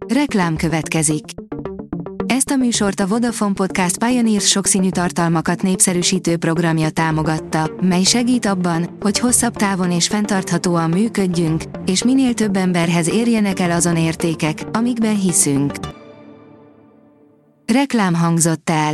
Reklám következik. Ezt a műsort a Vodafone Podcast Pioneers sokszínű tartalmakat népszerűsítő programja támogatta, mely segít abban, hogy hosszabb távon és fenntarthatóan működjünk, és minél több emberhez érjenek el azon értékek, amikben hiszünk. Reklám hangzott el.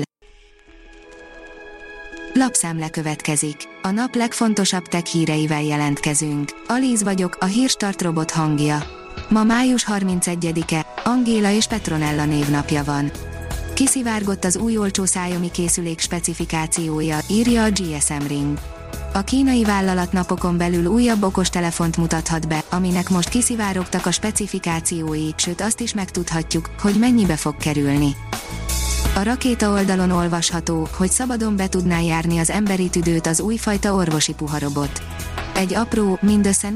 Lapszemle következik. A nap legfontosabb tech híreivel jelentkezünk. Alíz vagyok, a Hírstart robot hangja. Ma május 31-e, Angéla és Petronella névnapja van. Kiszivárgott az új olcsó Xiaomi készülék specifikációja, írja a GSM Ring. A kínai vállalat napokon belül újabb okostelefont mutathat be, aminek most kiszivárogtak a specifikációi, sőt azt is megtudhatjuk, hogy mennyibe fog kerülni. A Rakéta oldalon olvasható, hogy szabadon be tudná járni az emberi tüdőt az újfajta orvosi puharobot. Egy apró, mindössze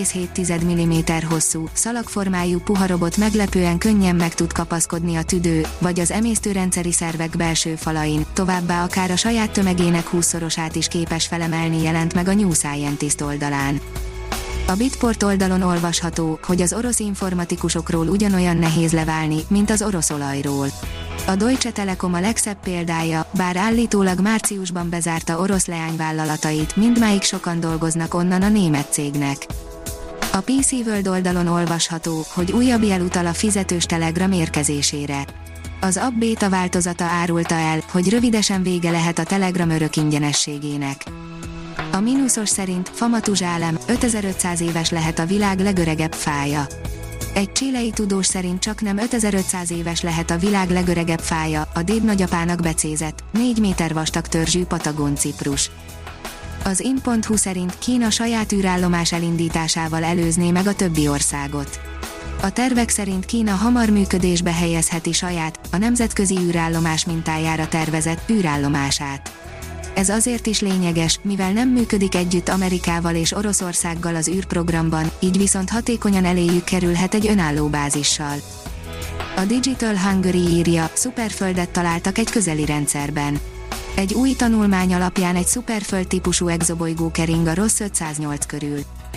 4,7 mm hosszú, szalagformájú puharobot meglepően könnyen meg tud kapaszkodni a tüdő, vagy az emésztőrendszeri szervek belső falain, továbbá akár a saját tömegének 20-szorosát is képes felemelni, jelent meg a New Scientist oldalán. A Bitport oldalon olvasható, hogy az orosz informatikusokról ugyanolyan nehéz leválni, mint az orosz olajról. A Deutsche Telekom a legszebb példája, bár állítólag márciusban bezárta orosz leányvállalatait, mindmáig sokan dolgoznak onnan a német cégnek. A PC World oldalon olvasható, hogy újabb jel utal a fizetős Telegram érkezésére. Az app beta változata árulta el, hogy rövidesen vége lehet a Telegram örök ingyenességének. A mínuszos szerint Famatuzsálem 5500 éves lehet a világ legöregebb fája. Egy chilei tudós szerint csaknem 5500 éves lehet a világ legöregebb fája, a déd nagyapának becézett, 4 méter vastag törzsű Patagon ciprus. Az in.hu szerint Kína saját űrállomás elindításával előzné meg a többi országot. A tervek szerint Kína hamar működésbe helyezheti saját, a nemzetközi űrállomás mintájára tervezett űrállomását. Ez azért is lényeges, mivel nem működik együtt Amerikával és Oroszországgal az űrprogramban, így viszont hatékonyan eléjük kerülhet egy önálló bázissal. A Digital Hungary írja, szuperföldet találtak egy közeli rendszerben. Egy új tanulmány alapján egy szuperföld típusú exobolygó kering a ROSS 508 körül.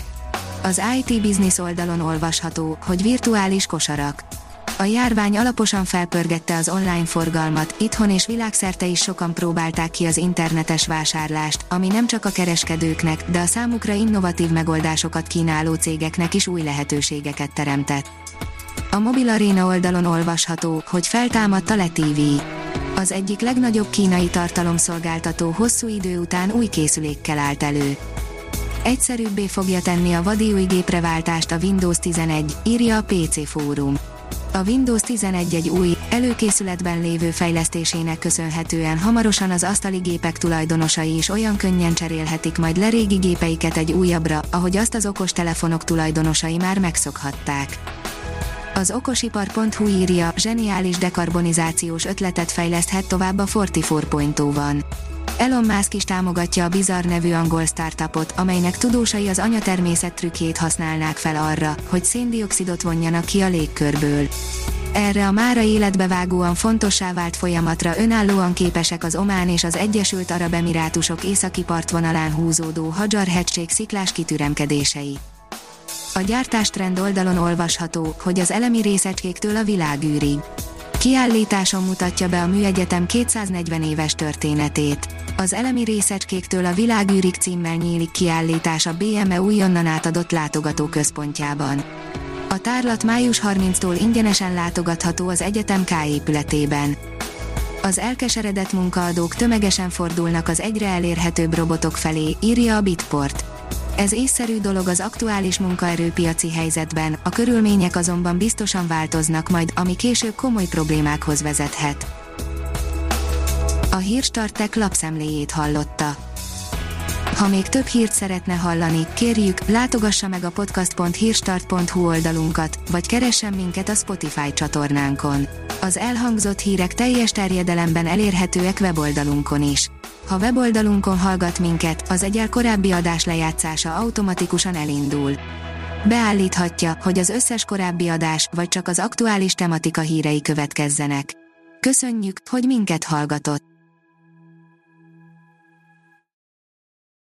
Az IT Business oldalon olvasható, hogy virtuális kosarak. A járvány alaposan felpörgette az online forgalmat, itthon és világszerte is sokan próbálták ki az internetes vásárlást, ami nem csak a kereskedőknek, de a számukra innovatív megoldásokat kínáló cégeknek is új lehetőségeket teremtett. A Mobil Arena oldalon olvasható, hogy feltámadt a LeTV. Az egyik legnagyobb kínai tartalomszolgáltató hosszú idő után új készülékkel állt elő. Egyszerűbbé fogja tenni a vadi új gépreváltást a Windows 11, írja a PC Fórum. A Windows 11 egy új, előkészületben lévő fejlesztésének köszönhetően hamarosan az asztali gépek tulajdonosai is olyan könnyen cserélhetik majd le régi gépeiket egy újabbra, ahogy azt az okostelefonok tulajdonosai már megszokhatták. Az okosipar.hu írja, zseniális dekarbonizációs ötletet fejleszthet tovább a 44.0-van. Elon Musk is támogatja a Bizarre nevű angol startupot, amelynek tudósai az anyatermészet trükkjét használnák fel arra, hogy széndioxidot vonjanak ki a légkörből. Erre a mára életbevágóan fontossá vált folyamatra önállóan képesek az Omán és az Egyesült Arab Emirátusok északi partvonalán húzódó Hadjar-hegység sziklás kitüremkedései. A gyártástrend oldalon olvasható, hogy az elemi részecskéktől a világűrig. Kiállításon mutatja be a Műegyetem 240 éves történetét. Az elemi részecskéktől a világűrig címmel nyílik kiállítás a BME újonnan átadott látogatóközpontjában. A tárlat május 30-tól ingyenesen látogatható az egyetem K épületében. Az elkeseredett munkaadók tömegesen fordulnak az egyre elérhetőbb robotok felé, írja a Bitport. Ez észszerű dolog az aktuális munkaerőpiaci helyzetben, a körülmények azonban biztosan változnak majd, ami később komoly problémákhoz vezethet. A Hírstart Tech lapszemléjét hallotta. Ha még több hírt szeretne hallani, kérjük, látogassa meg a podcast.hírstart.hu oldalunkat, vagy keressen minket a Spotify csatornánkon. Az elhangzott hírek teljes terjedelemben elérhetőek weboldalunkon is. Ha weboldalunkon hallgat minket, az egyel korábbi adás lejátszása automatikusan elindul. Beállíthatja, hogy az összes korábbi adás, vagy csak az aktuális tematika hírei következzenek. Köszönjük, hogy minket hallgatott!